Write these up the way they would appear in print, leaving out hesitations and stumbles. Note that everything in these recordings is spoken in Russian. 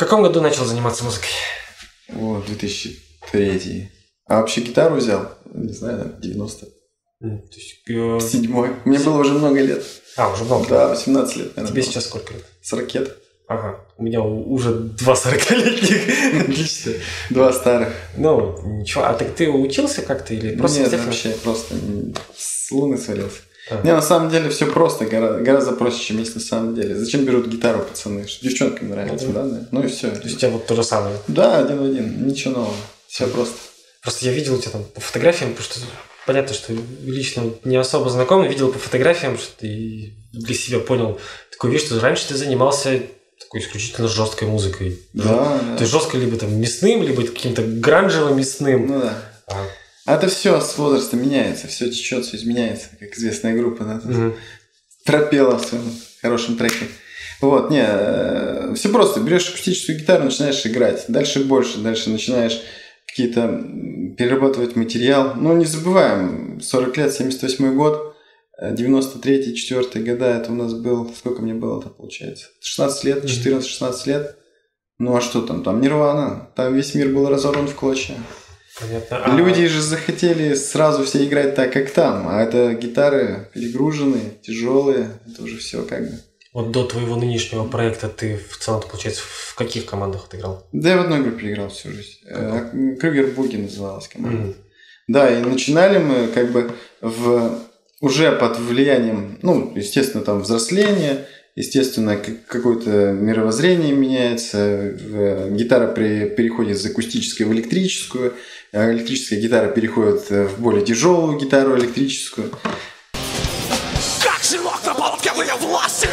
каком году начал заниматься музыкой? О, 2003. А вообще гитару взял? Не знаю, 90. То есть, 7. Мне было уже много лет. уже много. Да, 18 лет, наверное. Тебе сейчас сколько лет? 40 лет. Ага. У меня уже 2 40-летних. Отлично. 2 старых. Ну, ничего. А так ты учился как-то или просто? Нет, вообще просто с луны свалился. Не, на самом деле все просто, гораздо проще, чем есть на самом деле. Зачем берут гитару пацаны? Что девчонкам нравится, да? Ну и все. То есть у тебя вот то же самое? Да, один в один, ничего нового. Все просто. Просто я видел у тебя там по фотографиям, потому что понятно, что лично не особо знакомый, видел по фотографиям, что ты для себя понял такую вещь, что раньше ты занимался такой исключительно жесткой музыкой. Да. То есть жестко либо там мясным, либо каким-то гранжевым мясным. Ну да. А это все с возрастом меняется, все течет, все изменяется, как известная группа, да, пропела в своем хорошем треке. Вот, все просто. Берешь акустическую гитару, начинаешь играть. Дальше больше, дальше начинаешь какие-то перерабатывать материал. Но не забываем, 40 лет, 78 год, 93-й, 4-й года, это у нас был, сколько мне было-то, получается? 16 лет, 14-16 лет. Ну а что там? Там Нирвана, там весь мир был разорван в клочья. Понятно. Люди же захотели сразу все играть так, как там, а это гитары перегруженные, тяжелые, это уже все как бы. Вот до твоего нынешнего проекта ты в целом, получается, в каких командах ты играл? Да, я в одной группе играл всю жизнь. Крюгер Буги называлась команда. Да, и начинали мы как бы уже под влиянием, естественно, там взросления, естественно, какое-то мировоззрение меняется, гитара переходит из акустической в электрическую, а электрическая гитара переходит в более тяжелую гитару электрическую. Как щенок напал в кобыле власти!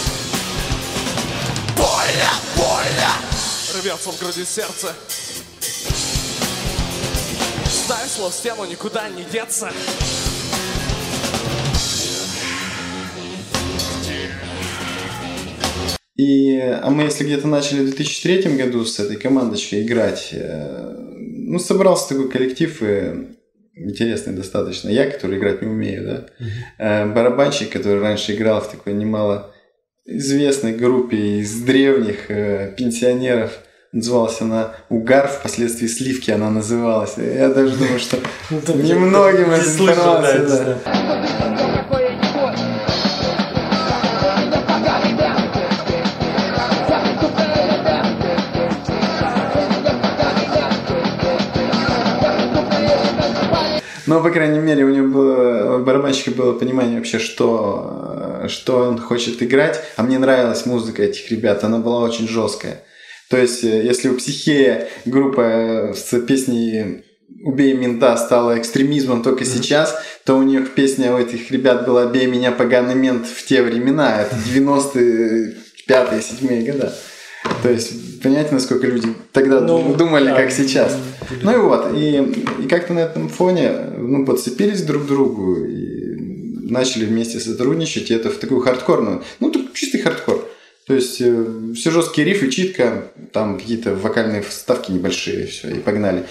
Больно! Рвется в груди сердце. Ставь слов в стену, никуда не деться. А мы, если где-то начали в 2003 году с этой командочкой играть, собрался такой коллектив интересный достаточно. Я, который играть не умею, да, барабанщик, который раньше играл в такой немало известной группе из древних пенсионеров, называлась она «Угар», впоследствии «Сливки» она называлась. Я даже думаю, что немногим эта информация. Но, по крайней мере, у барабанщика было понимание вообще, что он хочет играть. А мне нравилась музыка этих ребят, она была очень жесткая. То есть, если у Психея группа с песней «Убей мента» стала экстремизмом только сейчас, то у них песня у этих ребят была «Бей меня, поганый мент» в те времена. Это 95-е, 7-е года. То есть, понимаете, насколько люди тогда думали, как сейчас. И как-то на этом фоне подцепились друг к другу и начали вместе сотрудничать. И это в такую хардкорную, чистый хардкор. То есть, все жесткие рифы, читка, там какие-то вокальные вставки небольшие, все, и погнали.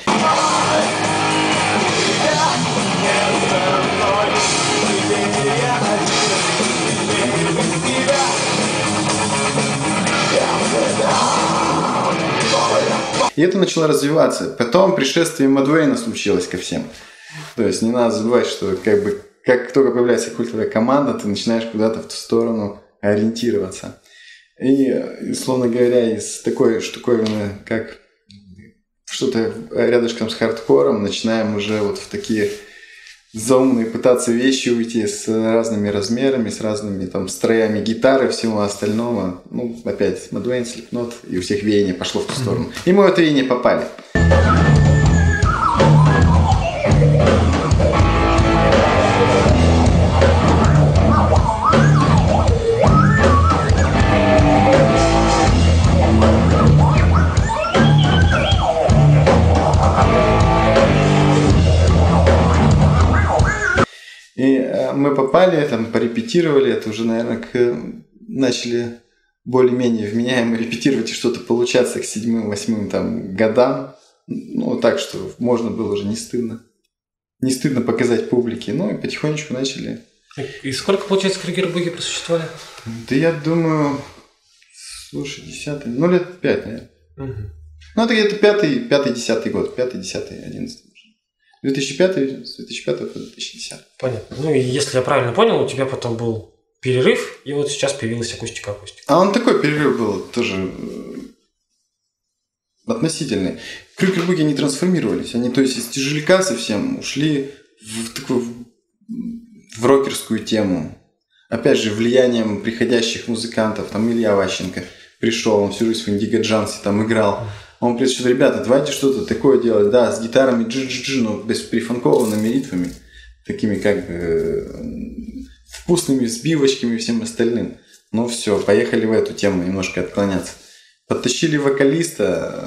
И это начало развиваться. Потом пришествие Мадвейна случилось ко всем. То есть не надо забывать, что как только появляется культовая команда, ты начинаешь куда-то в ту сторону ориентироваться. И, условно говоря, из такой штуковины, как что-то рядышком с хардкором, начинаем уже вот в такие заумные пытаться вещи уйти с разными размерами, с разными там строями гитары и всего остального. Опять Мадвейн, Слипнот, и у всех веяние пошло в ту сторону. И мы в это веяние попали. Мы попали, там порепетировали, это уже, наверное, начали более-менее вменяемо репетировать и что-то получаться к 7-8 годам. Так, что можно было уже не стыдно. Не стыдно показать публике. И потихонечку начали. И сколько, получается, Крюгер Буги просуществовали? Да я думаю, слушай, 10-й, лет 5, наверное. Ну, это где-то 5-10 год. 5-10, 11. 2005, с 2005 по 2010. Понятно. Ну, и если я правильно понял, у тебя потом был перерыв, и вот сейчас появилась акустика. А он такой перерыв был тоже относительный. Крюгер-буги не трансформировались. Они, то есть, из тяжеляка совсем ушли в такую в рокерскую тему. Опять же, влиянием приходящих музыкантов. Там Илья Ващенко пришел, он всю жизнь в Индиго Джансе там играл. Он пришел, ребята, давайте что-то такое делать. Да, с гитарами но без прифанкованными ритмами. Такими как бы вкусными сбивочками и всем остальным. Ну все, поехали в эту тему немножко отклоняться. Подтащили вокалиста,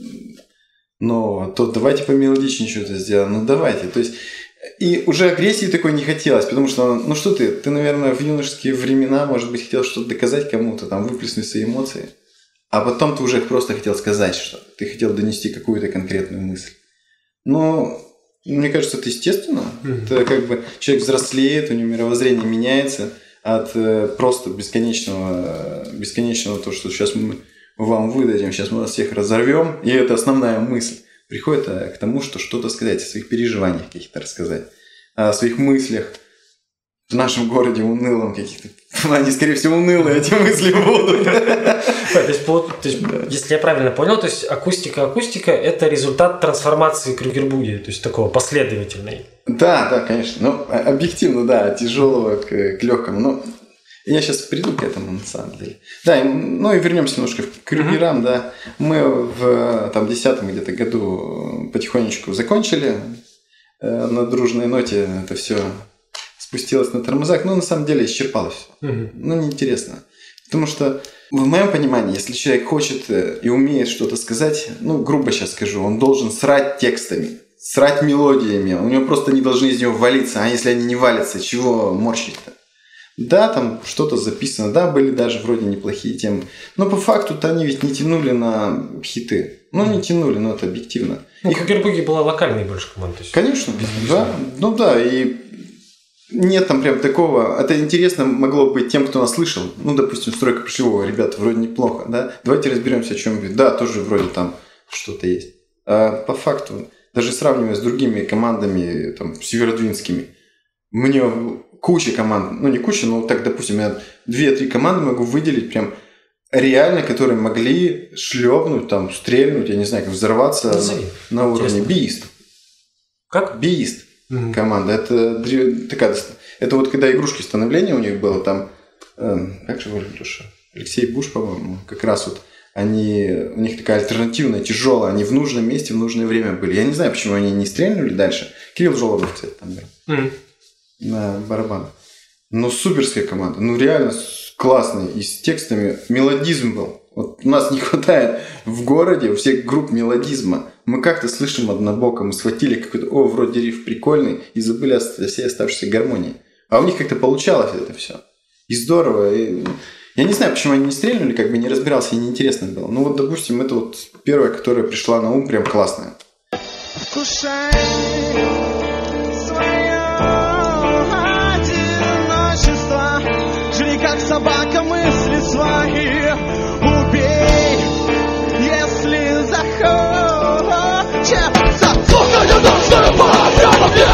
но то давайте помелодичнее что-то сделаем. Ну давайте, то есть... И уже агрессии такой не хотелось, потому что, ну что ты, наверное, в юношеские времена, может быть, хотел что-то доказать кому-то, там, выплеснуть свои эмоции, а потом ты уже просто хотел сказать что-то, ты хотел донести какую-то конкретную мысль. Но, мне кажется, это естественно, это как бы человек взрослеет, у него мировоззрение меняется от просто бесконечного то, что сейчас мы вам выдадим, сейчас мы вас всех разорвем, и это основная мысль. Приходит к тому, что что-то сказать, о своих переживаниях каких-то рассказать, о своих мыслях в нашем городе унылом каких-то. Они, скорее всего, унылые эти мысли будут. То есть, если я правильно понял, то есть акустика – это результат трансформации Крюгер-буги, то есть такого последовательной. Да, конечно. Ну, объективно, да, от тяжелого к легкому. Но я сейчас приду к этому, на самом деле. Да, ну и вернемся немножко к Крюгерам, да. Мы в 10-м где-то году потихонечку закончили. На дружной ноте это все спустилось на тормозах. Но на самом деле исчерпалось. Ну, неинтересно. Потому что, в моем понимании, если человек хочет и умеет что-то сказать, ну, грубо сейчас скажу, он должен срать текстами, срать мелодиями. У него просто не должны из него валиться. А если они не валятся, чего морщить-то? Да, там что-то записано, да, были даже вроде неплохие темы. Но по факту-то они ведь не тянули на хиты. Ну, не тянули, но это объективно. Ну, Крюгер-буги была локальной больше командой. Конечно, да. Ну да, и нет там прям такого. Это интересно могло быть тем, кто нас слышал. Ну, допустим, стройка пришлого, ребята, вроде неплохо, да. Давайте разберемся, о чем говорит. Да, тоже вроде там что-то есть. А по факту, даже сравнивая с другими командами, там, северодвинскими, мне куча команд, ну не куча, но так, допустим, я 2-3 команды могу выделить прям реально, которые могли шлепнуть, там, стрельнуть, я не знаю, как взорваться на уровне Beast. Как? Beast команда. Это такая, это вот когда игрушки становления у них было, там, как же его Леша? Алексей Буш, по-моему, как раз вот у них такая альтернативная, тяжелая, они в нужном месте, в нужное время были. Я не знаю, почему они не стрельнули дальше. Кирилл Жолобов, кстати, там был. На барабан. Ну, суперская команда. Ну, реально классная. И с текстами мелодизм был. Вот у нас не хватает в городе у всех групп мелодизма. Мы как-то слышим однобоко. Мы схватили какой-то, вроде риф прикольный, и забыли о всей оставшейся гармонии. А у них как-то получалось это все. И здорово. И... Я не знаю, почему они не стрельнули, как бы не разбирался, и неинтересно было. Ну, вот, допустим, это вот первая, которая пришла на ум, прям классная. Как собака мысли свои убей, если захочешь. Вот это ночная пора прямо мне.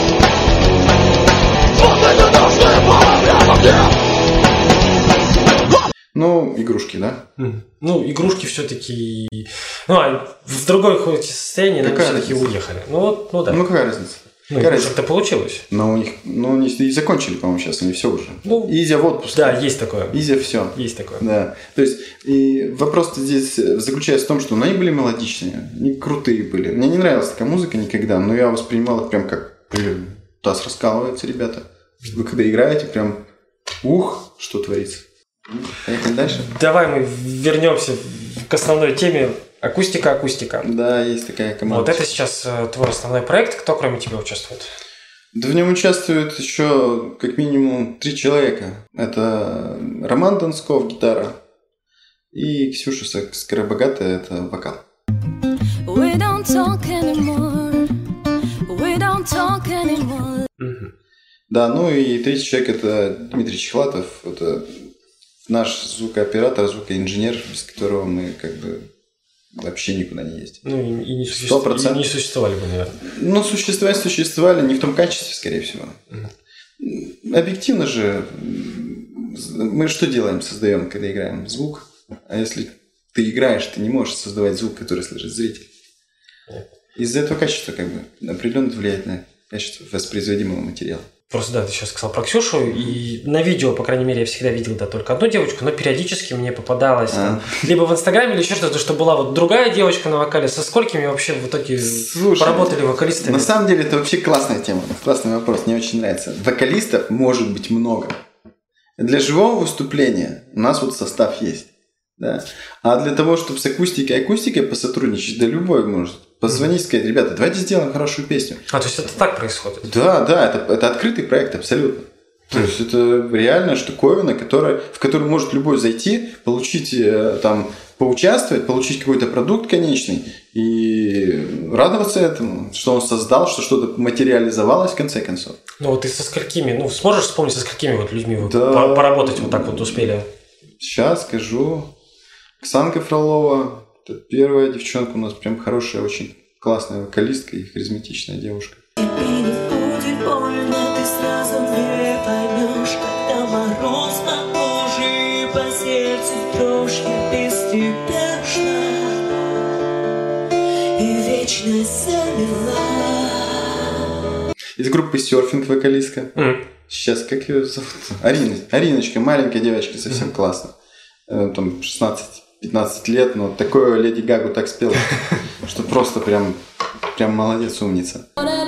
Вот это ночная пора прямо мне. Ну, игрушки, да? Ну, игрушки все-таки... Ну, а в другое хоть состояние, но все-таки уехали. Ну да. Ну, какая разница? Ну, как-то получилось. Но у них, они и закончили, по-моему, сейчас, они все уже. Ну, Изя в отпуске. Да, есть такое. Изя все. Есть такое. Да. То есть, и вопрос здесь заключается в том, что они были мелодичные, они крутые были. Мне не нравилась такая музыка никогда, но я воспринимал их прям как, таз раскалывается, ребята. Вы когда играете, прям, что творится. Поехали дальше. Давай мы вернемся к основной теме. Акустика. Да, есть такая команда. Вот это сейчас твой основной проект. Кто кроме тебя участвует? Да в нем участвует еще как минимум 3 человека. Это Роман Донсков, гитара, и Ксюша Скоробогатая, это вокал. We don't talk anymore. We don't talk anymore. Да, ну и 3-й человек это Дмитрий Чехлатов. Это наш звукооператор, звукоинженер, без которого мы как бы вообще никуда не ездить. Ну, и не 100%. не существовали бы, наверное. Ну, существовали не в том качестве, скорее всего. Объективно же, мы что делаем, создаем, когда играем? Звук. А если ты играешь, ты не можешь создавать звук, который слышит зритель. Из-за этого качество как бы определенно влияет на качество воспроизводимого материала. Просто, да, ты сейчас сказал про Ксюшу, и на видео, по крайней мере, я всегда видел, да, только одну девочку, но периодически мне попадалось там, либо в Инстаграме, или еще что-то, что была вот другая девочка на вокале. Со сколькими вообще в итоге поработали вокалистами? На самом деле, это вообще классная тема, классный вопрос, мне очень нравится. Вокалистов может быть много. Для живого выступления у нас вот состав есть. Да. А для того, чтобы с акустикой посотрудничать, да любой может позвонить и сказать: ребята, давайте сделаем хорошую песню. А, то есть это так происходит? Да, это открытый проект абсолютно. То есть это реальная штуковина, в которую может любой зайти, получить там, поучаствовать, получить какой-то продукт конечный и радоваться этому, что он создал, что что-то материализовалось в конце концов. Ну вот ты со сколькими, сможешь вспомнить, со сколькими вот людьми вы поработать вот так вот успели? Сейчас скажу. Оксанка Фролова, это первая девчонка у нас, прям хорошая, очень классная вокалистка и харизматичная девушка. Из группы Surfing вокалистка. Сейчас, как ее зовут? Ариночка, маленькая девочка, совсем классная. Там 16-15 лет, но такое Леди Гагу так спела, что просто прям молодец, умница.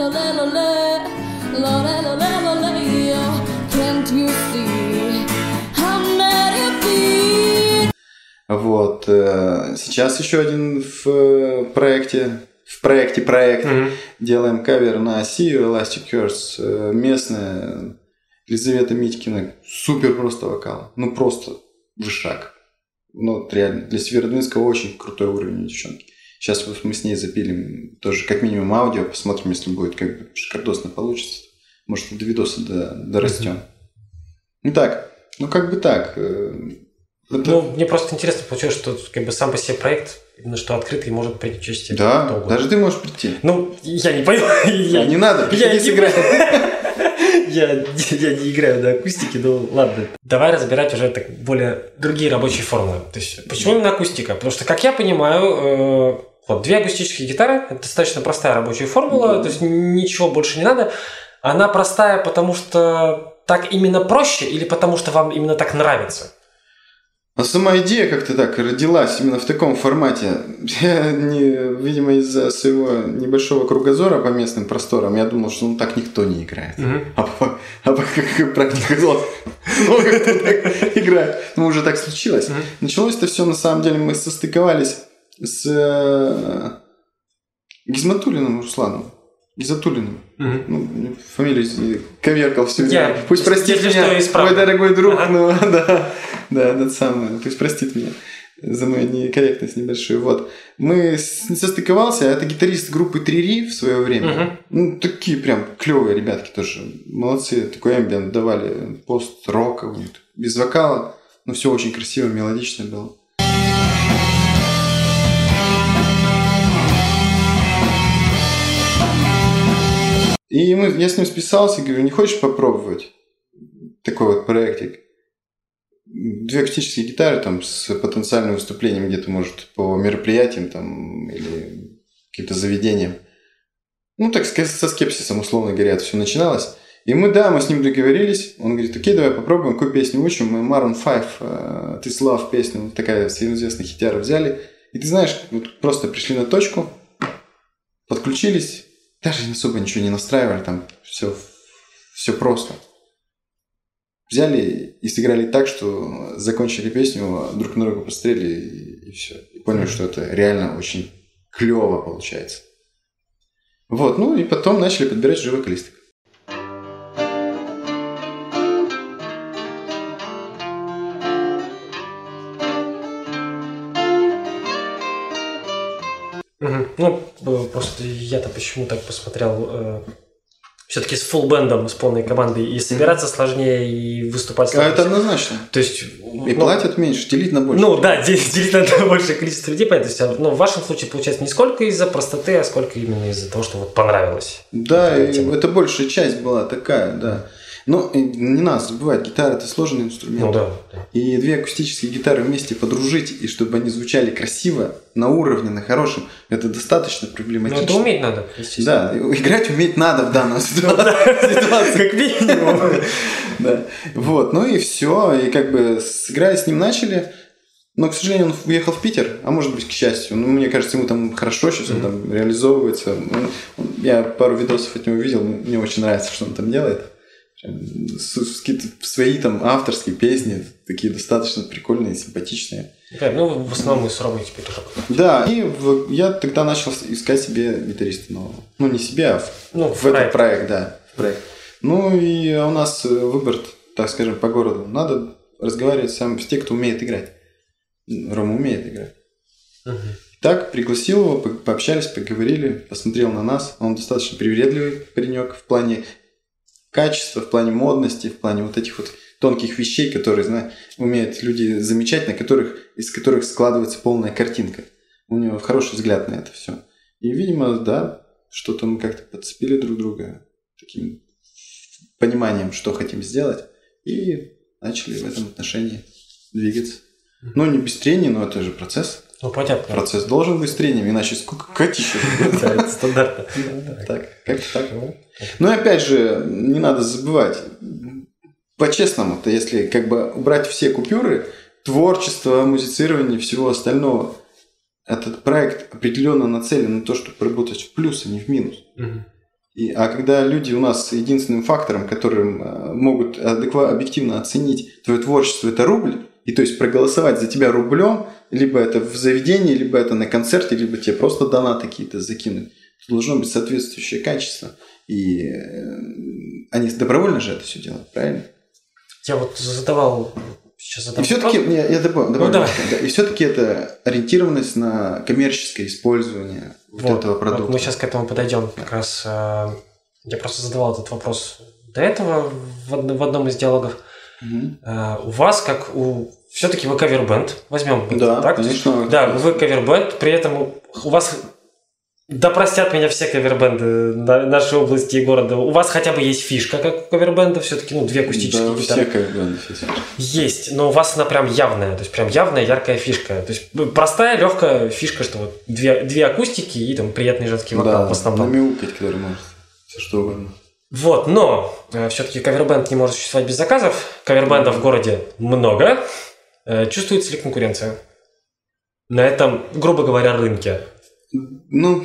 Вот. Сейчас еще один в проекте делаем кавер на Сию, Elastic Curse, местная Елизавета Митькина. Супер просто вокал. Ну просто вышаг. Ну, реально. Для Северодвинска очень крутой уровень у девчонки. Сейчас вот мы с ней запилим тоже как минимум аудио. Посмотрим, если будет как бы шикардосно получится. Может, до видоса дорастем. Ну так. Ну, как бы так. Ну, мне просто интересно получилось, что как бы сам по себе проект, именно что открытый, может принять участие. Да, даже ты можешь прийти. Ну, я не пойду. Не надо, приходи сыграть. Я не играю на акустике, но ладно. Давай разбирать уже так более другие рабочие формулы. То есть, почему именно акустика? Потому что, как я понимаю, вот 2 акустические гитары – это достаточно простая рабочая формула, то есть ничего больше не надо. Она простая, потому что так именно проще или потому что вам именно так нравится? А сама идея как-то так родилась именно в таком формате. Я, видимо, из-за своего небольшого кругозора по местным просторам, я думал, что так никто не играет. А как практика казалось, много кто так играет. Ну, уже так случилось. Началось это все, на самом деле, мы состыковались с Гизматуллиным Русланом. Гизатуллиным. Ну, фамилию коверкал все время. Пусть простит меня, мой дорогой друг. Ну, да, этот самый. Пусть простит меня за мою некорректность небольшую. Вот. Мы состыковался, это гитарист группы Трири в свое время. Ну, такие прям клевые ребятки тоже. Молодцы. Такой эмбиент давали. Пост-рок. Без вокала. Но все очень красиво, мелодично было. И я с ним списался и говорю: не хочешь попробовать такой вот проектик? 2 акустические гитары там с потенциальным выступлением где-то, может, по мероприятиям там или каким-то заведениям. Ну, так со скепсисом, условно говоря, это все начиналось. И мы с ним договорились. Он говорит: окей, давай попробуем, какую песню учим. Мы Maroon 5, This Love песню, такая всем известная хитяра взяли. И ты знаешь, вот просто пришли на точку, подключились. Даже особо ничего не настраивали, там все просто. Взяли и сыграли так, что закончили песню, друг на друга посмотрели и все. И поняли, что это реально очень клево получается. Вот, ну и потом начали подбирать уже вокалистов. Ну, просто я-то почему так посмотрел Все-таки с фулл-бендом, с полной командой и собираться сложнее, и выступать сложнее. Это однозначно. То есть, и платят меньше, делить на больше. Ну да, делить на большее количество людей. То есть, в вашем случае получается не сколько из-за простоты, а сколько именно из-за того, что вот понравилось. Да, это большая часть была такая, да. Но не надо забывать, гитара – это сложный инструмент. Ну да. И две акустические гитары вместе подружить, и чтобы они звучали красиво, на уровне, на хорошем, это достаточно проблематично. Ну это уметь надо, естественно. Да, играть уметь надо в данной ситуации. Как минимум. Да. Вот, ну и все. И как бы сыграли с ним начали. Но, к сожалению, он уехал в Питер, а может быть, к счастью. Ну, мне кажется, ему там хорошо, сейчас он там реализовывается. Я пару видосов от него видел, мне очень нравится, что он там делает. Какие-то свои там авторские песни, такие достаточно прикольные, симпатичные. Да, ну, в основном из Ромы теперь уже. Да, и я тогда начал искать себе гитариста нового. Ну, не себе, а в этот проект, да. В проект. Ну, и у нас выбор, так скажем, по городу. Надо разговаривать с теми, кто умеет играть. Рома умеет играть. Так, пригласил его, пообщались, поговорили, посмотрел на нас. Он достаточно привередливый паренек в плане качества, в плане модности, в плане вот этих вот тонких вещей, которые, умеют люди замечать, из которых складывается полная картинка. У него хороший взгляд на это все. И, видимо, да, что-то мы как-то подцепили друг друга таким пониманием, что хотим сделать, и начали в этом отношении двигаться. Ну, не без трения, но это же процесс. Ну, понятно. Процесс должен быть с трением, иначе сколько котища. Да, это стандартно. Так, как-то так. Ну, и опять же, не надо забывать, по-честному-то, если как бы убрать все купюры, творчество, музицирование, всего остального, этот проект определенно нацелен на то, чтобы работать в плюс, а не в минус. А когда люди у нас единственным фактором, которым могут объективно оценить твое творчество, это рубль, и то есть проголосовать за тебя рублем, либо это в заведении, либо это на концерте, либо тебе просто донаты какие-то закинуть, то должно быть соответствующее качество. И они добровольно же это все делают, правильно? Я вот задавал... И все-таки, я добавлю, и все-таки это ориентированность на коммерческое использование вот этого продукта. Вот мы сейчас к этому подойдем. Как раз я просто задавал этот вопрос до этого в одном из диалогов. У вас, как у... Все-таки вы кавер-бенд, возьмем. Да, так? конечно. Да, вы кавер-бенд, при этом у вас... Да простят меня все кавер-бенды нашей области и города. У вас хотя бы есть фишка, как у кавер-бенда, все-таки, две акустические гитары. Все кавер-бенды есть, но у вас она прям явная, то есть прям явная, яркая фишка. То есть простая, легкая фишка, что вот две акустики и там приятный женский вокал в основном. Да, намяукать, который может все что угодно. Вот, но все-таки кавер-бенд не может существовать без заказов. Кавер-бендов в городе много. Чувствуется ли конкуренция на этом, грубо говоря, рынке? Ну,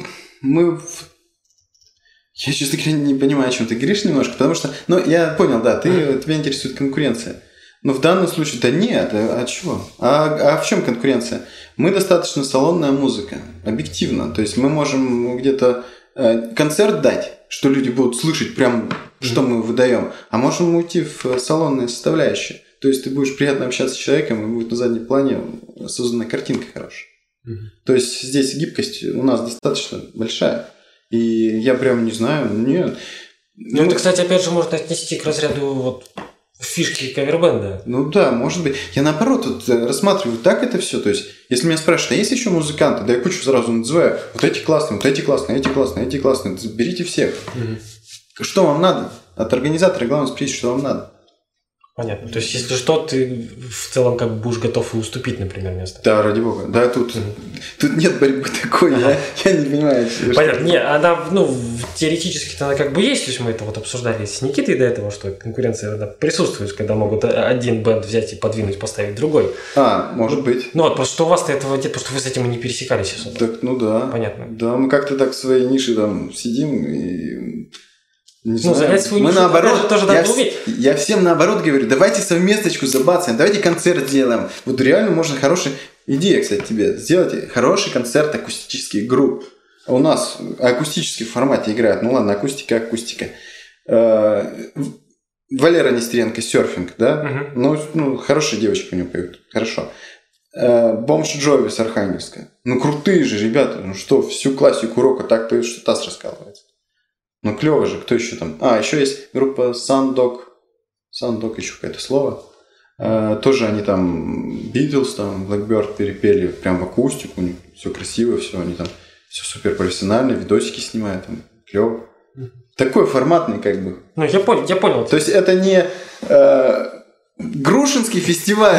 я, честно говоря, не понимаю, о чем ты говоришь немножко, потому что... Ну, я понял, да, тебя интересует конкуренция. Но в данном случае, да нет, а чего? А в чем конкуренция? Мы достаточно салонная музыка, объективно. То есть мы можем где-то концерт дать, что люди будут слышать прям, что мы выдаем, а можем уйти в салонные составляющие. То есть ты будешь приятно общаться с человеком, и будет на заднем плане создана картинка хорошая. То есть здесь гибкость у нас достаточно большая. И я прям не знаю, нет. Ну, это, кстати, опять же можно отнести к разряду вот фишки кавербенда. Ну да, может быть. Я наоборот вот рассматриваю так это все. То есть, если меня спрашивают, а есть еще музыканты? Да я кучу сразу называю. Вот эти классные, вот эти классные, эти классные, эти классные. Берите всех. Что вам надо? От организатора главное спросить, что вам надо. Понятно. То есть, если что, ты в целом как бы будешь готов и уступить, например, место. Да, ради бога. Да, тут нет борьбы такой. Я не понимаю. Понятно. Не, она, теоретически-то она как бы есть. То есть, мы это вот обсуждали с Никитой до этого, что конкуренция присутствует, когда могут один бенд взять и подвинуть, поставить другой. Может быть. Ну вот, просто что у вас-то этого нет, потому что вы с этим и не пересекались особо. Так, да. Понятно. Да, мы как-то так в своей нише там сидим и... занять свою мы нишу наоборот, тоже надо уметь. Я всем наоборот говорю, давайте совместочку забацаем, давайте концерт сделаем. Вот реально можно хорошая идея, кстати, тебе. Сделать хороший концерт акустических групп. У нас акустический в формате играют. Ну ладно, акустика. Валера Нестеренко, серфинг, да? Ну, хорошие девочки у него поют. Хорошо. Бомж Джови с Архангельска. Ну, крутые же ребята. Ну что, всю классику рока так поют, что таз раскалывается. Ну, клево же, кто еще там? А, еще есть группа Sundog. Sundog еще какое-то слово. Тоже они там Beatles, там Blackbird перепели прям в акустику, у них все красиво, все, они там все супер профессионально, видосики снимают, там клево. Такой форматный как бы. Ну, я понял. То есть это не Грушинский фестиваль,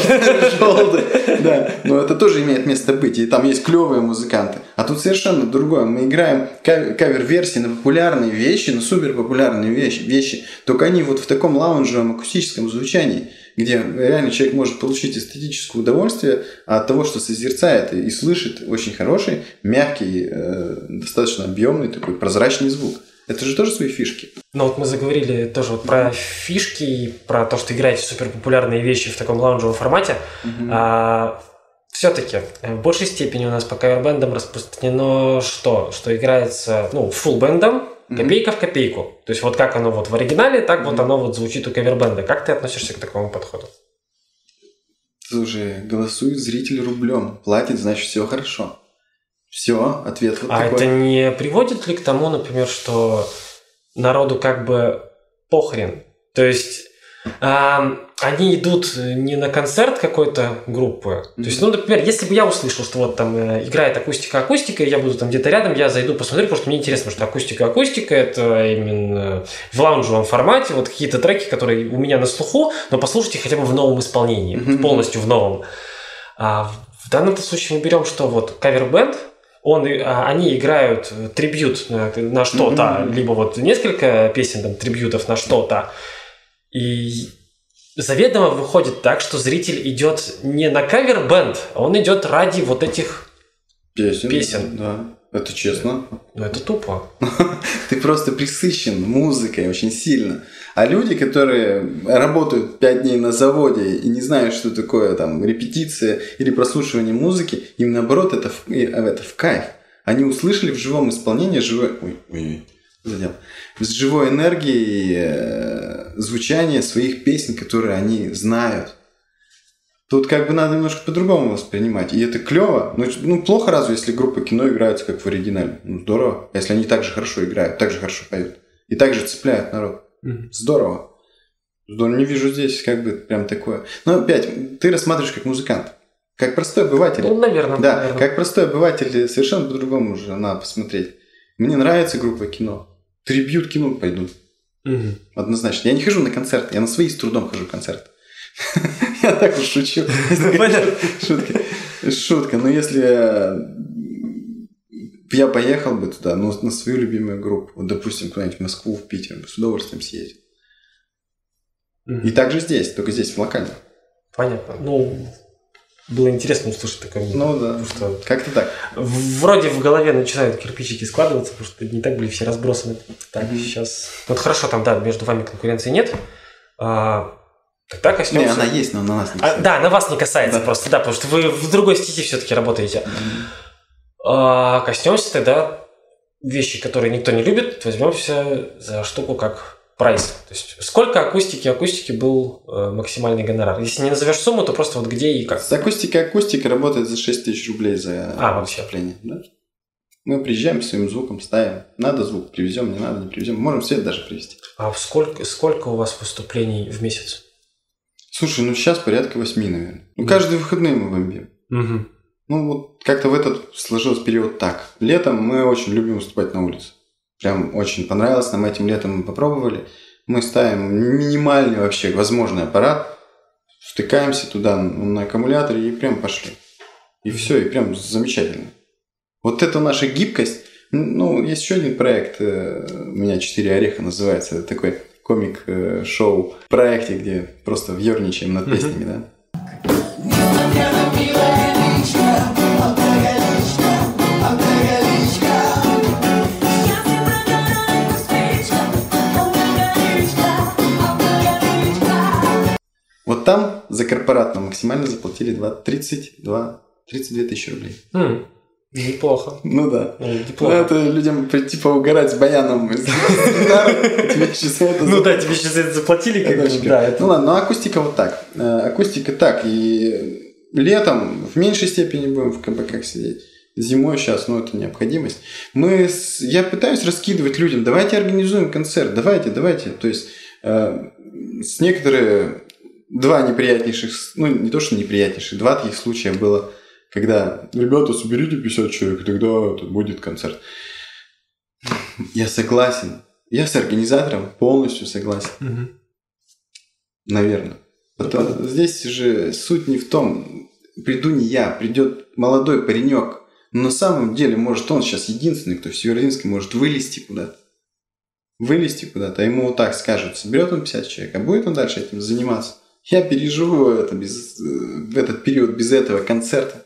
да, но это тоже имеет место быть, и там есть клевые музыканты. А тут совершенно другое. Мы играем кавер-версии на популярные вещи, на супер популярные вещи, только они вот в таком лаунжевом акустическом звучании, где реально человек может получить эстетическое удовольствие от того, что созерцает и слышит очень хороший, мягкий, достаточно объемный такой прозрачный звук. Это же тоже свои фишки. Ну вот мы заговорили тоже вот про фишки и про то, что играете суперпопулярные вещи в таком лаунжевом формате. Все-таки в большей степени у нас по кавербендам распространено что играется фулл-бендом, копейка в копейку. То есть вот как оно вот в оригинале, так вот оно вот звучит у кавербенда. Как ты относишься к такому подходу? Слушай, голосует зритель рублем, платит, значит все хорошо. Все, ответ вот такой. А это не приводит ли к тому, например, что народу как бы похрен? То есть они идут не на концерт какой-то группы. То есть, например, если бы я услышал, что вот там играет акустика, и я буду там где-то рядом, я зайду, посмотрю, потому что мне интересно, что акустика, это именно в лаунжевом формате, вот какие-то треки, которые у меня на слуху, но послушайте хотя бы в новом исполнении, полностью в новом. В данном случае мы берем, что вот кавер-бенд, они играют трибьют на что-то, либо вот несколько песен, там, трибьютов на что-то, и заведомо выходит так, что зритель идет не на кавер-бенд, а он идет ради вот этих песен. Да, это честно. Ну, это тупо. Ты просто присыщен музыкой очень сильно. А люди, которые работают 5 дней на заводе и не знают, что такое там репетиция или прослушивание музыки, им наоборот это в кайф. Они услышали в живом исполнении с живой энергией звучание своих песен, которые они знают. Тут как бы надо немножко по-другому воспринимать. И это клево. Ну, плохо разве, если группа кино играется как в оригинале. Ну, здорово. Если они так же хорошо играют, так же хорошо поют. И так же цепляют народ. Здорово. Не вижу здесь как бы прям такое. Но опять, ты рассматриваешь как музыкант. Как простой обыватель. Ну, наверное. Да, наверное. как простой обыватель совершенно по-другому уже надо посмотреть. Мне нравится группа кино. Трибьют кино пойду. Однозначно. Я не хожу на концерты. Я на свои с трудом хожу в концерты. Я так уж шучу. Шутка. Но если я поехал бы туда, на свою любимую группу, вот, допустим, куда-нибудь в Москву, в Питер, с удовольствием съездил. И также здесь, только здесь в локально. Понятно. Было интересно услышать такое мнение. Ну да, что как-то так. Вроде в голове начинают кирпичики складываться, потому что не так были все разбросаны. Так, сейчас... Вот хорошо, там, да, между вами конкуренции нет. Тогда коснемся... Не, она есть, но на нас не касается. Да, на вас не касается просто, да, потому что вы в другой стези все-таки работаете. Коснемся тогда вещи, которые никто не любит, возьмемся за штуку как прайс. То есть сколько акустики был максимальный гонорар? Если не назовешь сумму, то просто вот где и как? С акустика работает за 6 тысяч рублей за выступление. Да? Мы приезжаем своим звуком, ставим. Надо звук, привезем, не надо, не привезем. Можем свет даже привезти. А сколько у вас выступлений в месяц? Слушай, сейчас порядка 8, наверное. Каждые выходные мы бомбим. Вот как-то в этот сложился период так. Летом мы очень любим выступать на улице. Прям очень понравилось нам этим летом, мы попробовали. Мы ставим минимальный вообще возможный аппарат, втыкаемся туда на аккумуляторе и прям пошли. И все, и прям замечательно. Вот это наша гибкость. Есть еще один проект, у меня «4 ореха» называется. Это такой комик-шоу проекте, где просто въерничаем над песнями, да? Вот там за корпорат нам максимально заплатили 32 тысячи рублей. Неплохо. Ну да. Неплохо. Это людям прийти поугарать с баяном. Тебе сейчас это тебе сейчас это заплатили. Ну ладно, но акустика вот так. Акустика так. И летом в меньшей степени будем в КБК сидеть. Зимой сейчас, ну, это необходимость. Я пытаюсь раскидывать людям, давайте организуем концерт, давайте. То есть, с некоторые два неприятнейших, ну, не то, что неприятнейших, два таких случая было, когда, ребята, соберите 50 человек, тогда это будет концерт. Я согласен. Я с организатором полностью согласен. Угу. Наверное. Здесь же суть не в том, приду не я, придет молодой паренек. Но на самом деле, может, он сейчас единственный, кто в Северодвинске может вылезти куда-то. А ему вот так скажут, соберет он 50 человек, а будет он дальше этим заниматься? Я переживу это в этот период без этого концерта.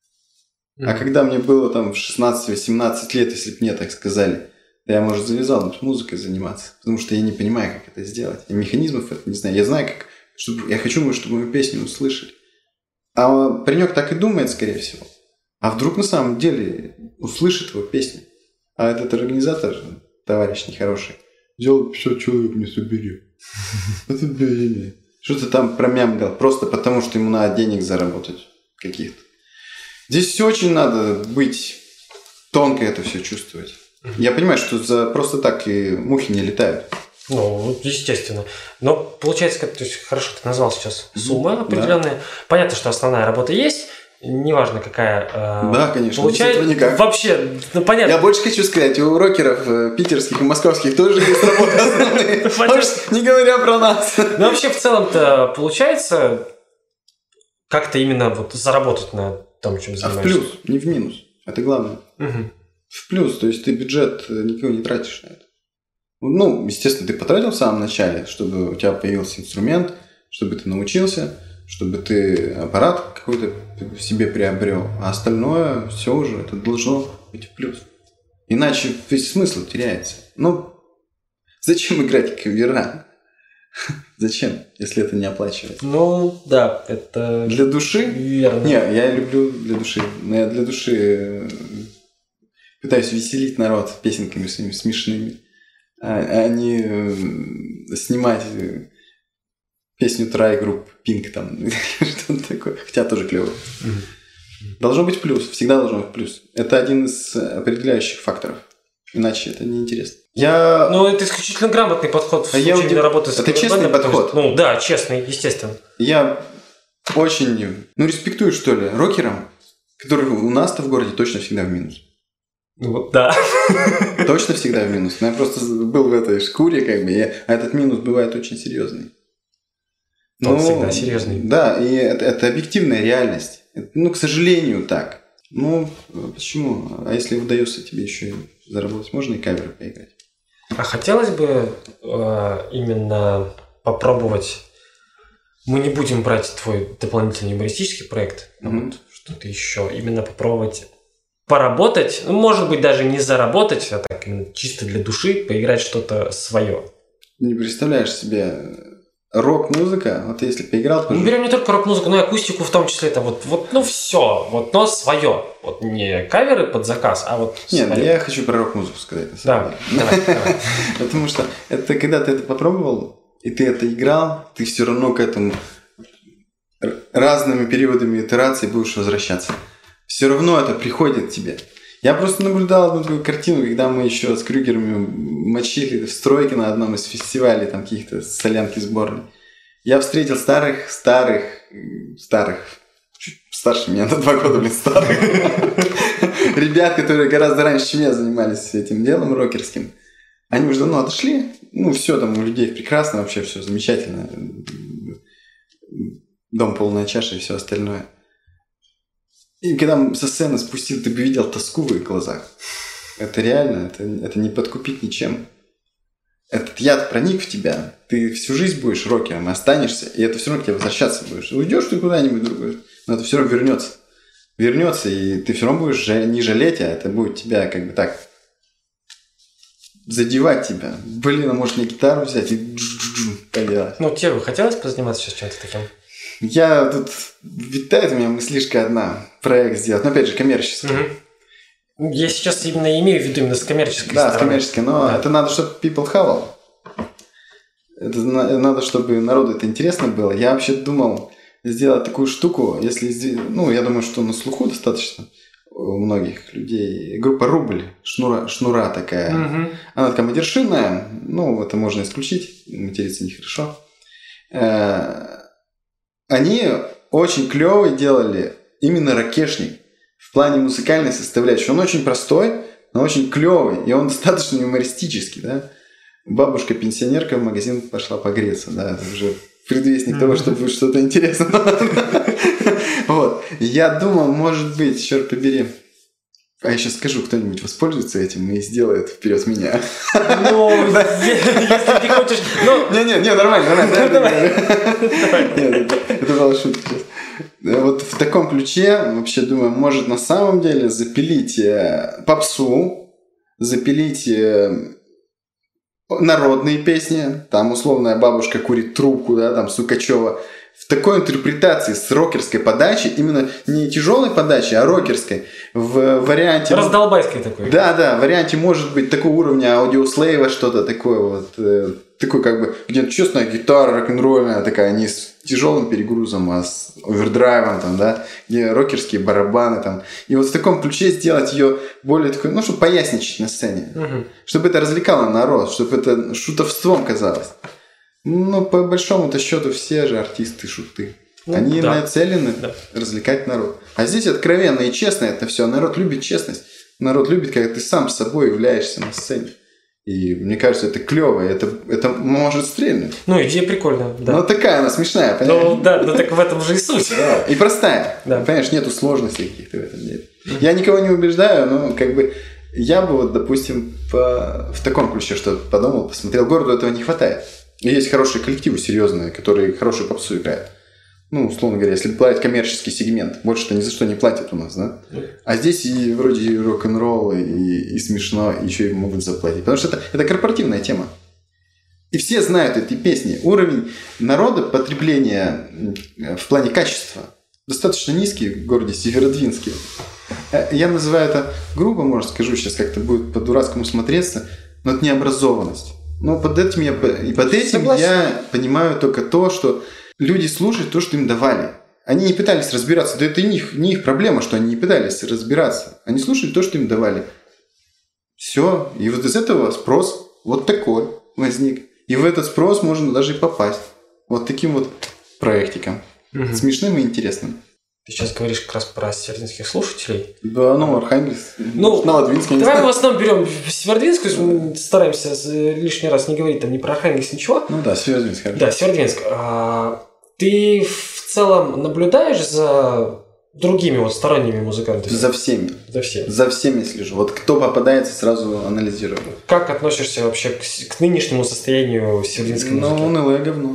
А когда мне было там в 16-18 лет, если бы мне так сказали, я, может, завязал музыкой заниматься. Потому что я не понимаю, как это сделать. Я механизмов это не знаю. Я знаю, как... Я хочу, чтобы мою песню услышали. А паренек так и думает, скорее всего. А вдруг на самом деле услышит его песню? А этот организатор, товарищ нехороший, взял 50 человек, не собери. Это имя. Что-то там промямгал. Просто потому, что ему надо денег заработать каких-то. Здесь очень надо быть тонко это все чувствовать. Я понимаю, что просто так и мухи не летают. Ну, естественно. Но получается, то есть, хорошо, ты назвал сейчас суммы определенные. Да. Понятно, что основная работа есть. Неважно, какая. Да, конечно. Получается, никак. Вообще, ну понятно. Я больше хочу сказать, у рокеров питерских и московских тоже есть работы основные. Не говоря про нас. Ну, вообще, в целом-то получается как-то именно вот заработать на том, чем занимаешься. А в плюс, не в минус. Это главное. В плюс, то есть ты бюджет никого не тратишь на это. Ну, естественно, ты потратил в самом начале, чтобы у тебя появился инструмент, чтобы ты научился, чтобы ты аппарат какой-то в себе приобрел, а остальное все уже это должно быть в плюс. Иначе весь смысл теряется. Ну, зачем играть кавера? Зачем, если это не оплачивать? Ну, да, это... Для души? Верно. Не, я люблю для души. Но я для души пытаюсь веселить народ песенками своими смешными, а не снимать песню Try групп Pink там, что-то такое. Хотя тоже клево. Должно быть плюс, всегда должно быть плюс. Это один из определяющих факторов. Иначе это неинтересно. Ну, это исключительно грамотный подход в случае работы с это честный подход? Ну, да, честный, естественно. Я очень, респектую, что ли, рокерам, которые у нас-то в городе точно всегда в минус. Ну, да. Точно всегда в минус. Я просто был в этой шкуре, а этот минус бывает очень серьезный. Он всегда серьезный. Да, и это объективная реальность. К сожалению, так. Почему? А если удается тебе еще и заработать, можно и каверы поиграть. А хотелось бы именно попробовать... Мы не будем брать твой дополнительный юмористический проект, а вот что-то еще. Именно попробовать поработать, может быть, даже не заработать, а так именно чисто для души, поиграть что-то свое. Не представляешь себе... Рок-музыка, вот если поиграл... Мы берем не только рок-музыку, но и акустику в том числе. Это все, но свое. Вот не каверы под заказ, а вот свое. Нет, я хочу про рок-музыку сказать. Да, давай. Потому что это когда ты это попробовал, и ты это играл, ты все равно к этому разными периодами итераций будешь возвращаться. Все равно это приходит к тебе. Я просто наблюдал одну такую картину, когда мы еще с Крюгерами мочили в стройке на одном из фестивалей, там каких-то солянки сборной. Я встретил старых, чуть старше меня, на 2 года, старых, ребят, которые гораздо раньше, чем я, занимались этим делом рокерским. Они уже давно отошли. Все там у людей прекрасно, вообще все замечательно. Дом полная чаша и все остальное. И когда со сцены спустил, ты бы видел тоску в их глазах. Это реально, это не подкупить ничем. Этот яд проник в тебя. Ты всю жизнь будешь рокером, останешься, и это все равно к тебе возвращаться будешь. Уйдешь ты куда-нибудь другое, но это все равно вернется. Вернется, и ты все равно будешь не жалеть, а это будет тебя так задевать тебя. Блин, а может мне гитару взять и поделать. Тебе бы хотелось позаниматься сейчас чем-то таким? Я тут... Витает у меня мыслишка одна. Проект сделать. Но опять же, коммерческий. Я сейчас именно имею в виду именно с коммерческой стороны. Да, с коммерческой. Но это надо, чтобы people хавал. Это надо, чтобы народу это интересно было. Я вообще думал сделать такую штуку, если... я думаю, что на слуху достаточно. у многих людей. Группа «Рубль», шнура такая. Она такая матершинная, ну, это можно исключить, материться нехорошо. Они очень клёво делали именно «Ракешник» в плане музыкальной составляющей. Он очень простой, но очень клёвый, и он достаточно юмористический, да. Бабушка-пенсионерка в магазин пошла погреться, да, это уже предвестник того, что будет что-то интересное. Вот. Я думал, может быть, черт побери. А я сейчас скажу, кто-нибудь воспользуется этим и сделает вперед меня. Ну, если ты хочешь... Не, нормально. Нет, это была шутка. Вот в таком ключе, вообще, думаю, может на самом деле запилить попсу, запилить народные песни, там условная бабушка курит трубку, да, там Сукачева, в такой интерпретации с рокерской подачей, именно не тяжелой подачей, а рокерской, в варианте... Раздолбайской такой. Да, в варианте может быть такого уровня аудиослейва, что-то такое вот, такой как бы, где честная гитара рок-н-ролльная такая, не с тяжелым перегрузом, а с овердрайвом, там, да, где рокерские барабаны там. И вот в таком ключе сделать ее более такой, ну, чтобы поясничать на сцене. Чтобы это развлекало народ, чтобы это шутовством казалось. Ну, по большому-то счету все же артисты шуты. Они нацелены развлекать народ. А здесь откровенно и честно это все. Народ любит честность. Народ любит, когда ты сам с собой являешься на сцене. И мне кажется, это клево, это может стрельнуть. Ну, идея прикольная, да. Ну, такая она смешная, понимаешь? Ну, да, ну так в этом же и суть. Да. И простая. Да. Понимаешь, нету сложностей каких-то в этом деле. Я никого не убеждаю, но как бы я бы вот, допустим, в таком ключе что подумал, посмотрел, городу этого не хватает. И есть хорошие коллективы серьезные, которые хорошую попсу играют. Ну, условно говоря, если платят коммерческий сегмент, больше-то ни за что не платят у нас, да? А здесь и вроде и рок-н-ролл, и смешно, и еще и могут заплатить. Потому что это корпоративная тема. И все знают эти песни. Уровень народа потребления в плане качества достаточно низкий в городе Северодвинске. Я называю это грубо, может, скажу сейчас, как-то будет по-дурацкому смотреться, но это необразованность. Но под этим я понимаю только то, что люди слушают то, что им давали. Они не пытались разбираться. Да это не их проблема, что они не пытались разбираться. Они слушали то, что им давали. Все. И вот из этого спрос вот такой возник. И в этот спрос можно даже и попасть. Вот таким вот проектиком. Смешным и интересным. Ты сейчас говоришь как раз про северодвинских слушателей. Да, ну, Архангельск. Ну, Новодвинск. давай мы в основном берем Северодвинск, мы стараемся лишний раз не говорить там ни про Архангельск, ничего. Ну да, Северодвинск. Да, Северодвинск. Ты в целом наблюдаешь за другими вот сторонними музыкантами? За всеми. За всеми слежу. Вот кто попадается, сразу анализирую. Как относишься вообще к нынешнему состоянию северодвинской музыки? Ну, унылое говно.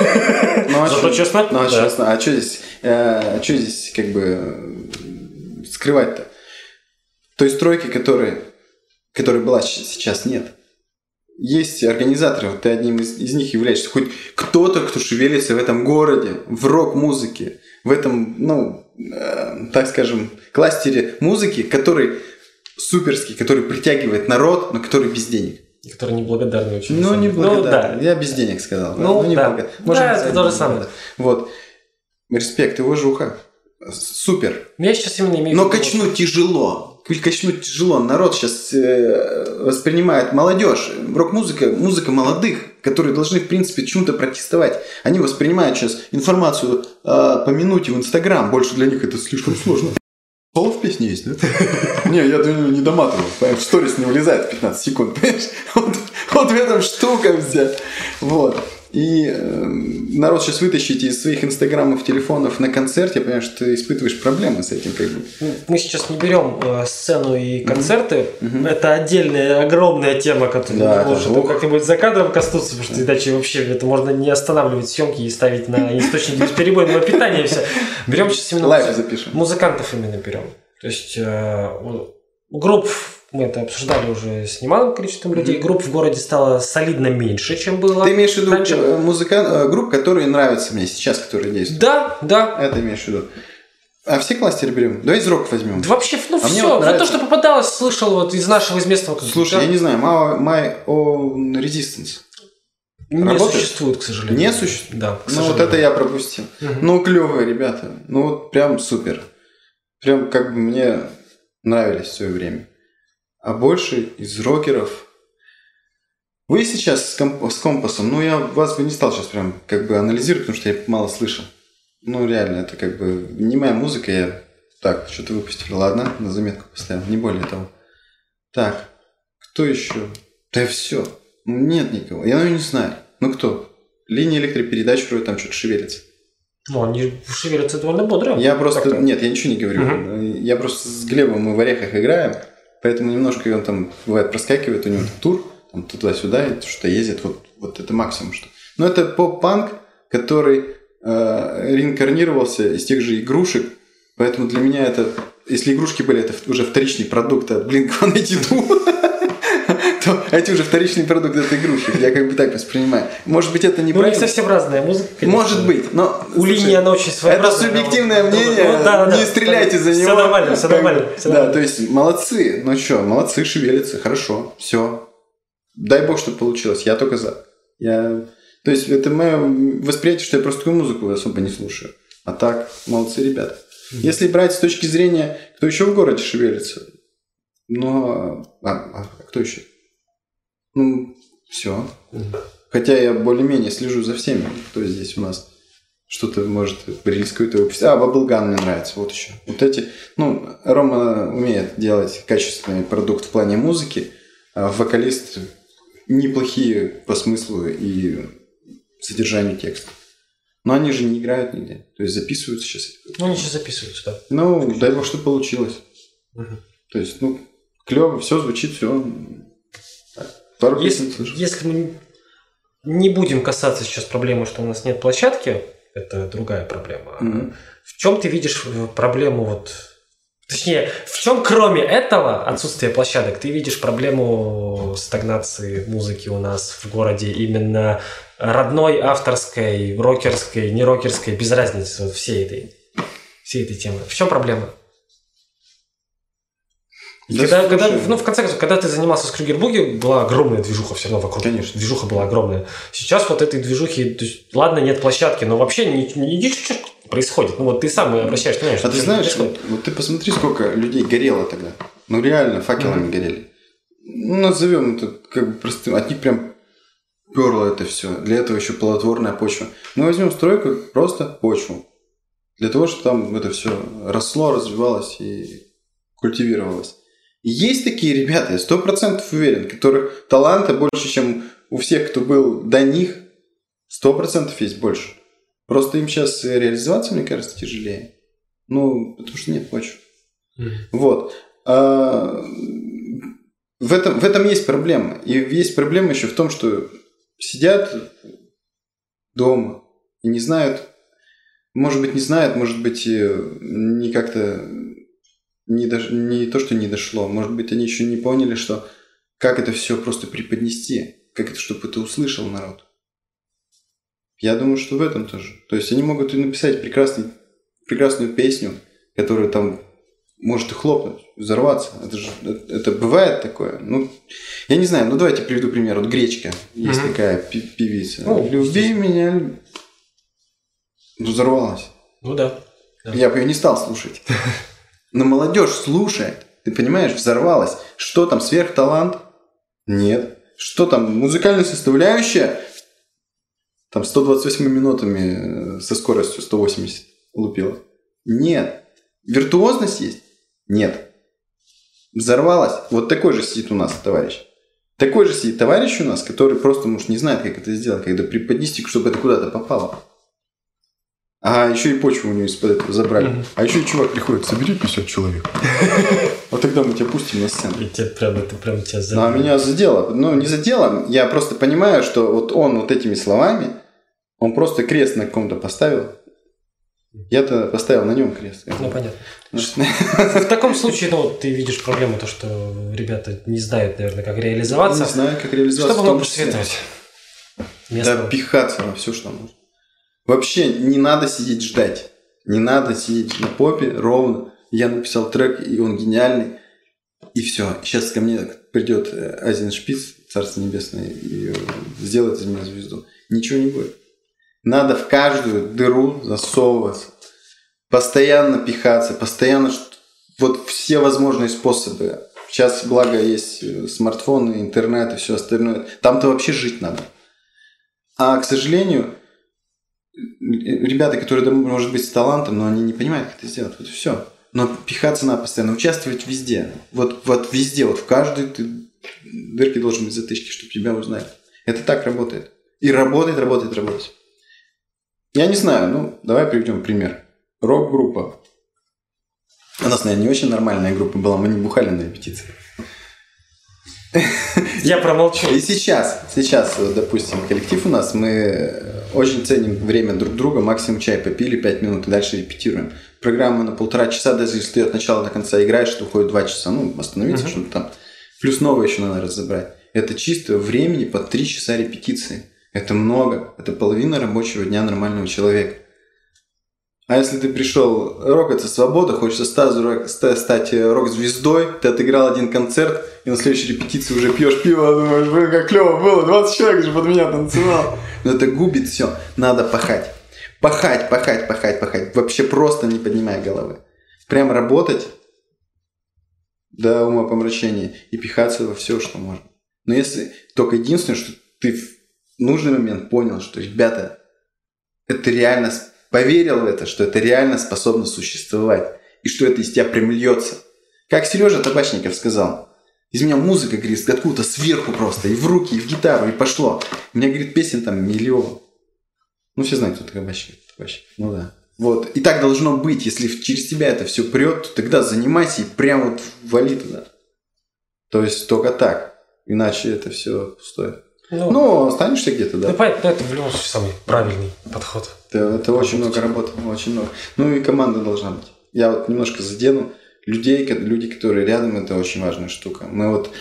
Зато честно? Ну, честно. А что здесь как бы скрывать-то? Той стройки, которая была, сейчас нет. Есть организаторы, вот ты одним из них являешься. Хоть кто-то, кто шевелится в этом городе, в рок-музыке, в этом, ну, так скажем, кластере музыки, который суперский, который притягивает народ, но который без денег. И который неблагодарный очень. Ну, неблагодарный. Ну, да. Я без денег сказал. Ну, да. Да, это то же самое. Вот. Респект, его жуха. Супер. Я сейчас именно имею в виду. Но качнуть тяжело. Народ сейчас воспринимает молодежь. Рок-музыка, музыка молодых, которые должны, в принципе, чему-то протестовать. Они воспринимают сейчас информацию по минуте в Инстаграм. Больше для них это слишком сложно. Соло в песне есть, да? Не, я не доматываю. В сторис не влезает в 15 секунд. Вот в этом штука вся. Вот. И народ сейчас вытащить из своих инстаграмов, телефонов на концерте, я понимаю, что ты испытываешь проблемы с этим. Как бы. Мы сейчас не берем сцену и концерты. Это отдельная, огромная тема, которая может как-нибудь за кадром коснуться, потому что иначе вообще это можно не останавливать съемки и ставить на источник бесперебойного питания и все. Берем сейчас именно музыкантов именно берем. То есть групп, мы это обсуждали уже с немалым количеством людей, групп в городе стало солидно меньше, чем было. Ты имеешь в виду групп, которые нравятся мне сейчас, которые действуют? Да. Это имеешь в виду. А все кластеры берем? Давай из рока возьмем. Да вообще, все. Вот то, что попадалось, слышал вот из нашего местного. Слушай, я не знаю, My Own Resistance. Не существует, к сожалению. Не существует? Да, Ну вот это я пропустил. Ну клевые ребята. Ну вот прям супер. Прям как бы мне нравились в свое время. А больше из рокеров... Вы сейчас с компасом, ну, я вас бы не стал сейчас прям как бы анализировать, потому что я мало слышал. Ну, реально, это как бы не моя музыка, я... Так, что-то выпустил, ладно, на заметку поставил, не более того. Так, кто еще? Да все, ну, нет никого, я не знаю. Ну, кто? Линия электропередач вроде там что-то шевелится. Ну, они шевелятся довольно бодро. Я просто... Нет, я ничего не говорю. Я просто с Глебом мы в орехах играем, поэтому немножко он там, бывает, проскакивает, у него тур, там туда-сюда, и что-то ездит, вот это максимум, что... Но это поп-панк, который реинкарнировался из тех же игрушек, поэтому для меня это... Если игрушки были, это уже вторичный продукт от Blink-182, то эти уже вторичный продукт от игрушек. Я как бы так воспринимаю. Может быть, это не правильно. У них совсем разная музыка, конечно. Может быть, но... У Линии она очень своеобразная. Это субъективное мнение, не стреляйте за него. Все нормально, все нормально. Да, то есть, молодцы. Ну что, молодцы, шевелятся, хорошо, все. Дай бог, чтобы получилось. Я только за. То есть, это мое восприятие, что я просто такую музыку особо не слушаю. А так, молодцы ребята. Если брать с точки зрения, кто еще в городе шевелится, ну, кто еще? Ну, все. Хотя я более-менее слежу за всеми, кто здесь у нас что-то может релиз какой-то выпустить. Bubblegum мне нравится, вот еще. Вот эти, ну, Рома умеет делать качественный продукт в плане музыки, а вокалист неплохие по смыслу и содержанию текста. Но они же не играют нигде. То есть записываются сейчас. Ну, они сейчас записываются, да. Ну, дай бог, что получилось. То есть, ну, клево, все звучит, все. Пару песен слышу. Если мы не будем касаться сейчас проблемы, что у нас нет площадки, это другая проблема. В чем ты видишь проблему вот... Точнее, в чем кроме этого отсутствия площадок ты видишь проблему стагнации музыки у нас в городе именно родной, авторской, рокерской, не рокерской, без разницы вот всей этой темы. В чем проблема? Да, ну, в конце концов, когда ты занимался с Крюгер-Буги, была огромная движуха все равно вокруг. Конечно. Движуха была огромная. Сейчас вот этой движухи, то есть, ладно, нет площадки, но вообще ничего происходит. Ну, вот ты сам обращаешь внимание, что ты знаешь, вот ты посмотри, сколько людей горело тогда. Ну, реально, факелами горели. Ну, назовем это как бы простым. От них прям перло это все. Для этого еще плодотворная почва. Мы возьмем стройку, просто почву. Для того, чтобы там это все росло, развивалось и культивировалось. И есть такие ребята, я 100% уверен, которых таланта больше, чем у всех, кто был до них. 100% есть больше. Просто им сейчас реализоваться, мне кажется, тяжелее. Ну, потому что нет почвы. Вот. В этом есть проблема. И есть проблема еще в том, что сидят дома и не знают, может быть, не как-то не то, что не дошло, может быть, они еще не поняли, что как это все просто преподнести, как это, чтобы это услышал народ. Я думаю, что в этом тоже. То есть они могут и написать прекрасную песню, которая там может и хлопнуть, взорваться. Это бывает такое. Ну, я не знаю, ну давайте приведу пример. Вот Гречка, есть такая певица. «Люби меня». Ну, взорвалась. Ну да. Я бы ее не стал слушать. Но молодежь слушает. Ты понимаешь, взорвалась. Что там, сверхталант? Нет. Что там, музыкальная составляющая? Там 128 минутами со скоростью 180 лупила. Нет. Виртуозность есть? Нет. Взорвалась. Вот такой же сидит у нас товарищ. Такой же сидит товарищ у нас, который просто, может, не знает, как это сделать, когда преподнести, чтобы это куда-то попало. А еще и почву у него из-под этого забрали. А еще и чувак приходит: собери 50 человек. Вот тогда мы тебя пустим на сцену. И это прям тебя задело. А меня задело. Ну, не задело. Я просто понимаю, что вот он вот этими словами, он просто крест на ком-то поставил. Я-то поставил на нем крест. Ну, понятно. В таком случае, ну, ты видишь проблему, то, что ребята не знают, наверное, как реализоваться. Не знаю, как реализоваться. Что бы вам посоветовать? Да, пихаться во все, что можно. Вообще не надо сидеть ждать. Не надо сидеть на попе ровно. Я написал трек, и он гениальный. И все. Сейчас ко мне придет Азин Шпиц, Царство Небесное, и сделает из меня звезду. Ничего не будет. Надо в каждую дыру засовываться. Постоянно пихаться. Постоянно Вот все возможные способы. Сейчас, благо, есть смартфоны, интернет и все остальное. Там-то вообще жить надо. А, к сожалению, ребята, которые, может быть, с талантом, но они не понимают, как это сделать. Вот и все. Но пихаться надо постоянно, участвовать везде. Вот везде, вот в каждой дырке должен быть затычки, чтобы тебя узнали. Это так работает. И работает. Я не знаю, давай приведем пример. Рок-группа. У нас, наверное, не очень нормальная группа была, мы не бухали на репетиции. Я промолчу. И сейчас, допустим, коллектив у нас, мы очень ценим время друг друга, максимум чай попили, 5 минут и дальше репетируем. Программа на 1,5 часа, даже если ты от начала до конца играешь, то уходит 2 часа, остановиться, что-то там. Плюс новое еще надо разобрать. Это чисто времени по 3 часа репетиции. Это много, это половина рабочего дня нормального человека. А если ты пришел, рок – это свобода, хочешь стать рок-звездой, ты отыграл один концерт, и на следующей репетиции уже пьешь пиво, думаешь, блин, как клево было, 20 человек же под меня танцевал. Но это губит все. Надо пахать. Пахать. Вообще просто не поднимая головы. Прям работать до умопомрачения и пихаться во все, что можно. Но если только единственное, что ты в нужный момент понял, что, ребята, это реально... Поверил в это, что это реально способно существовать. И что это из тебя прям льется. Как Сережа Табачников сказал. Из меня музыка, говорит, откуда-то сверху просто. И в руки, и в гитару, и пошло. У меня, говорит, песен там миллион. Все знают, кто такой Табачников. Да. Вот. И так должно быть. Если через тебя это все прет, то тогда занимайся и прям вот вали туда. То есть только так. Иначе это все пустое. Останешься где-то, да. Понятно, это в любом случае самый правильный подход. Это очень много работы, очень много. И команда должна быть. Я вот немножко задену люди, которые рядом, это очень важная штука. Мы вот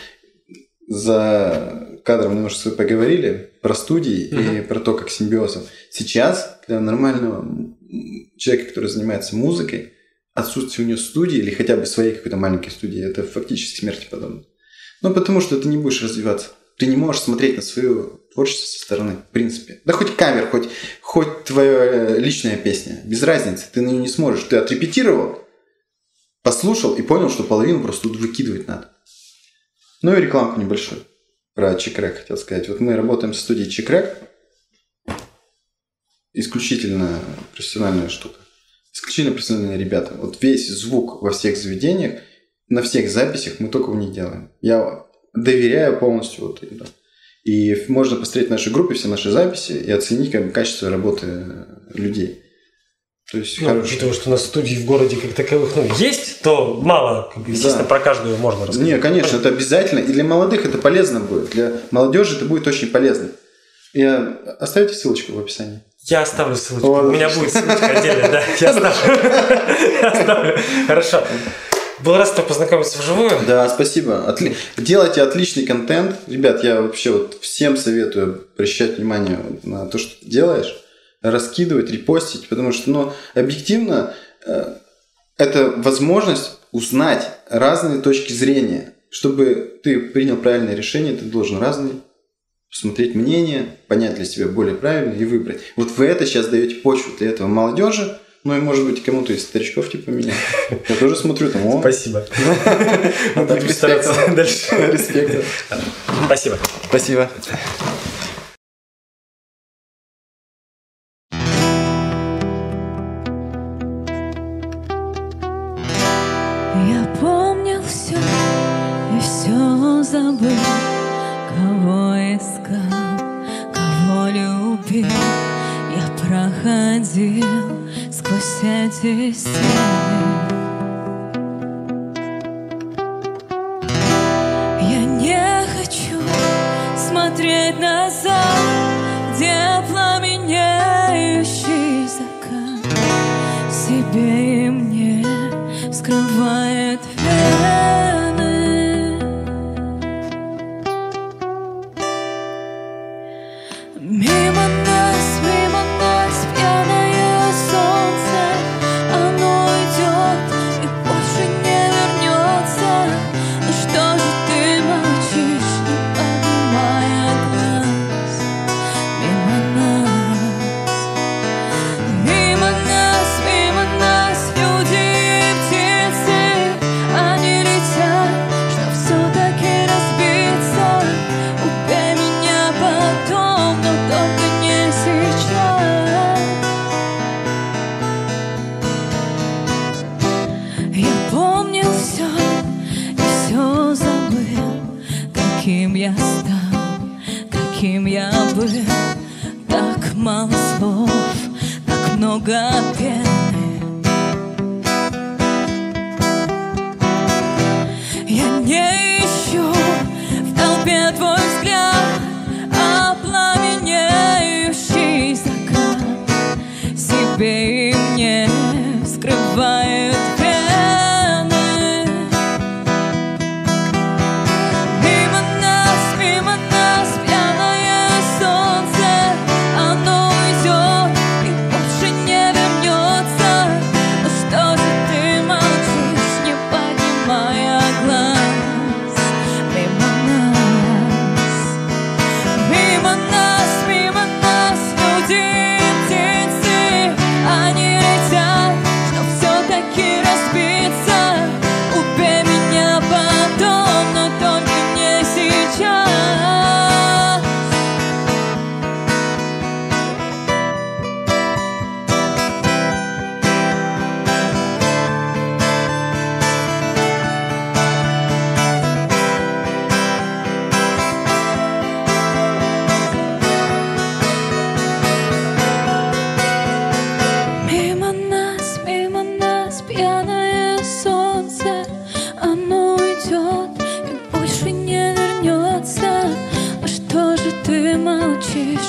за кадром немножко поговорили про студии и про то, как симбиозом. Сейчас для нормального человека, который занимается музыкой, отсутствие у него студии или хотя бы своей какой-то маленькой студии, это фактически смерти подобно. Потому что ты не будешь развиваться. Ты не можешь смотреть на свое творчество со стороны, в принципе. Да хоть кавер, хоть твоя личная песня. Без разницы, ты на нее не сможешь. Ты отрепетировал, послушал и понял, что половину просто тут выкидывать надо. И рекламку небольшую про Чикрек хотел сказать. Вот мы работаем со студией Чикрек. Исключительно профессиональная штука. Исключительно профессиональные ребята. Вот весь звук во всех заведениях, на всех записях мы только у них делаем. Я доверяю полностью вот им. И можно посмотреть в нашей группе все наши записи и оценить качество работы людей. То есть учитывая, что у нас студий в городе как таковых есть, то мало. Естественно, про каждую можно рассказать. Не, конечно, это обязательно. И для молодых это полезно будет. Для молодежи это будет очень полезно. Оставите ссылочку в описании. Я оставлю ссылочку. У меня будет ссылочка отдельная, да. Я оставлю. Хорошо. Был рад с тобой познакомиться вживую. Да, спасибо. Делайте отличный контент. Ребят, я вообще всем советую обращать внимание на то, что ты делаешь. Раскидывать, репостить. Потому что, объективно, это возможность узнать разные точки зрения. Чтобы ты принял правильное решение, ты должен разные посмотреть мнения, понять для себя более правильно и выбрать. Вот вы это сейчас даете почву для этого молодежи. И, может быть, кому-то из старичков типа меня. Я тоже смотрю там. Спасибо. Будем стараться дальше. Респект. Спасибо. Спасибо. Я помнил все и все забыл, кого искал, кого любил. Я проходил сквозь эти стены. Я не хочу смотреть назад, где пламенеющий закат себе и мне вскрывает вены. Мимо нас пьяное солнце, оно идет я стал, каким я был. Так мало слов, так много пены. Я не ищу в толпе твой взгляд, а пламенеющий закат себе и мне скрывает вены. Мимо нас пьяное солнце, оно уйдет и больше не вернется. Но что же ты молчишь, не поднимая глаз? Мимо нас люди и птицы, они летят, что все-таки разбиться. Убей меня потом, но только не сейчас. Мимо нас пьяное солнце, оно уйдет и больше не вернется. А что же ты молчишь,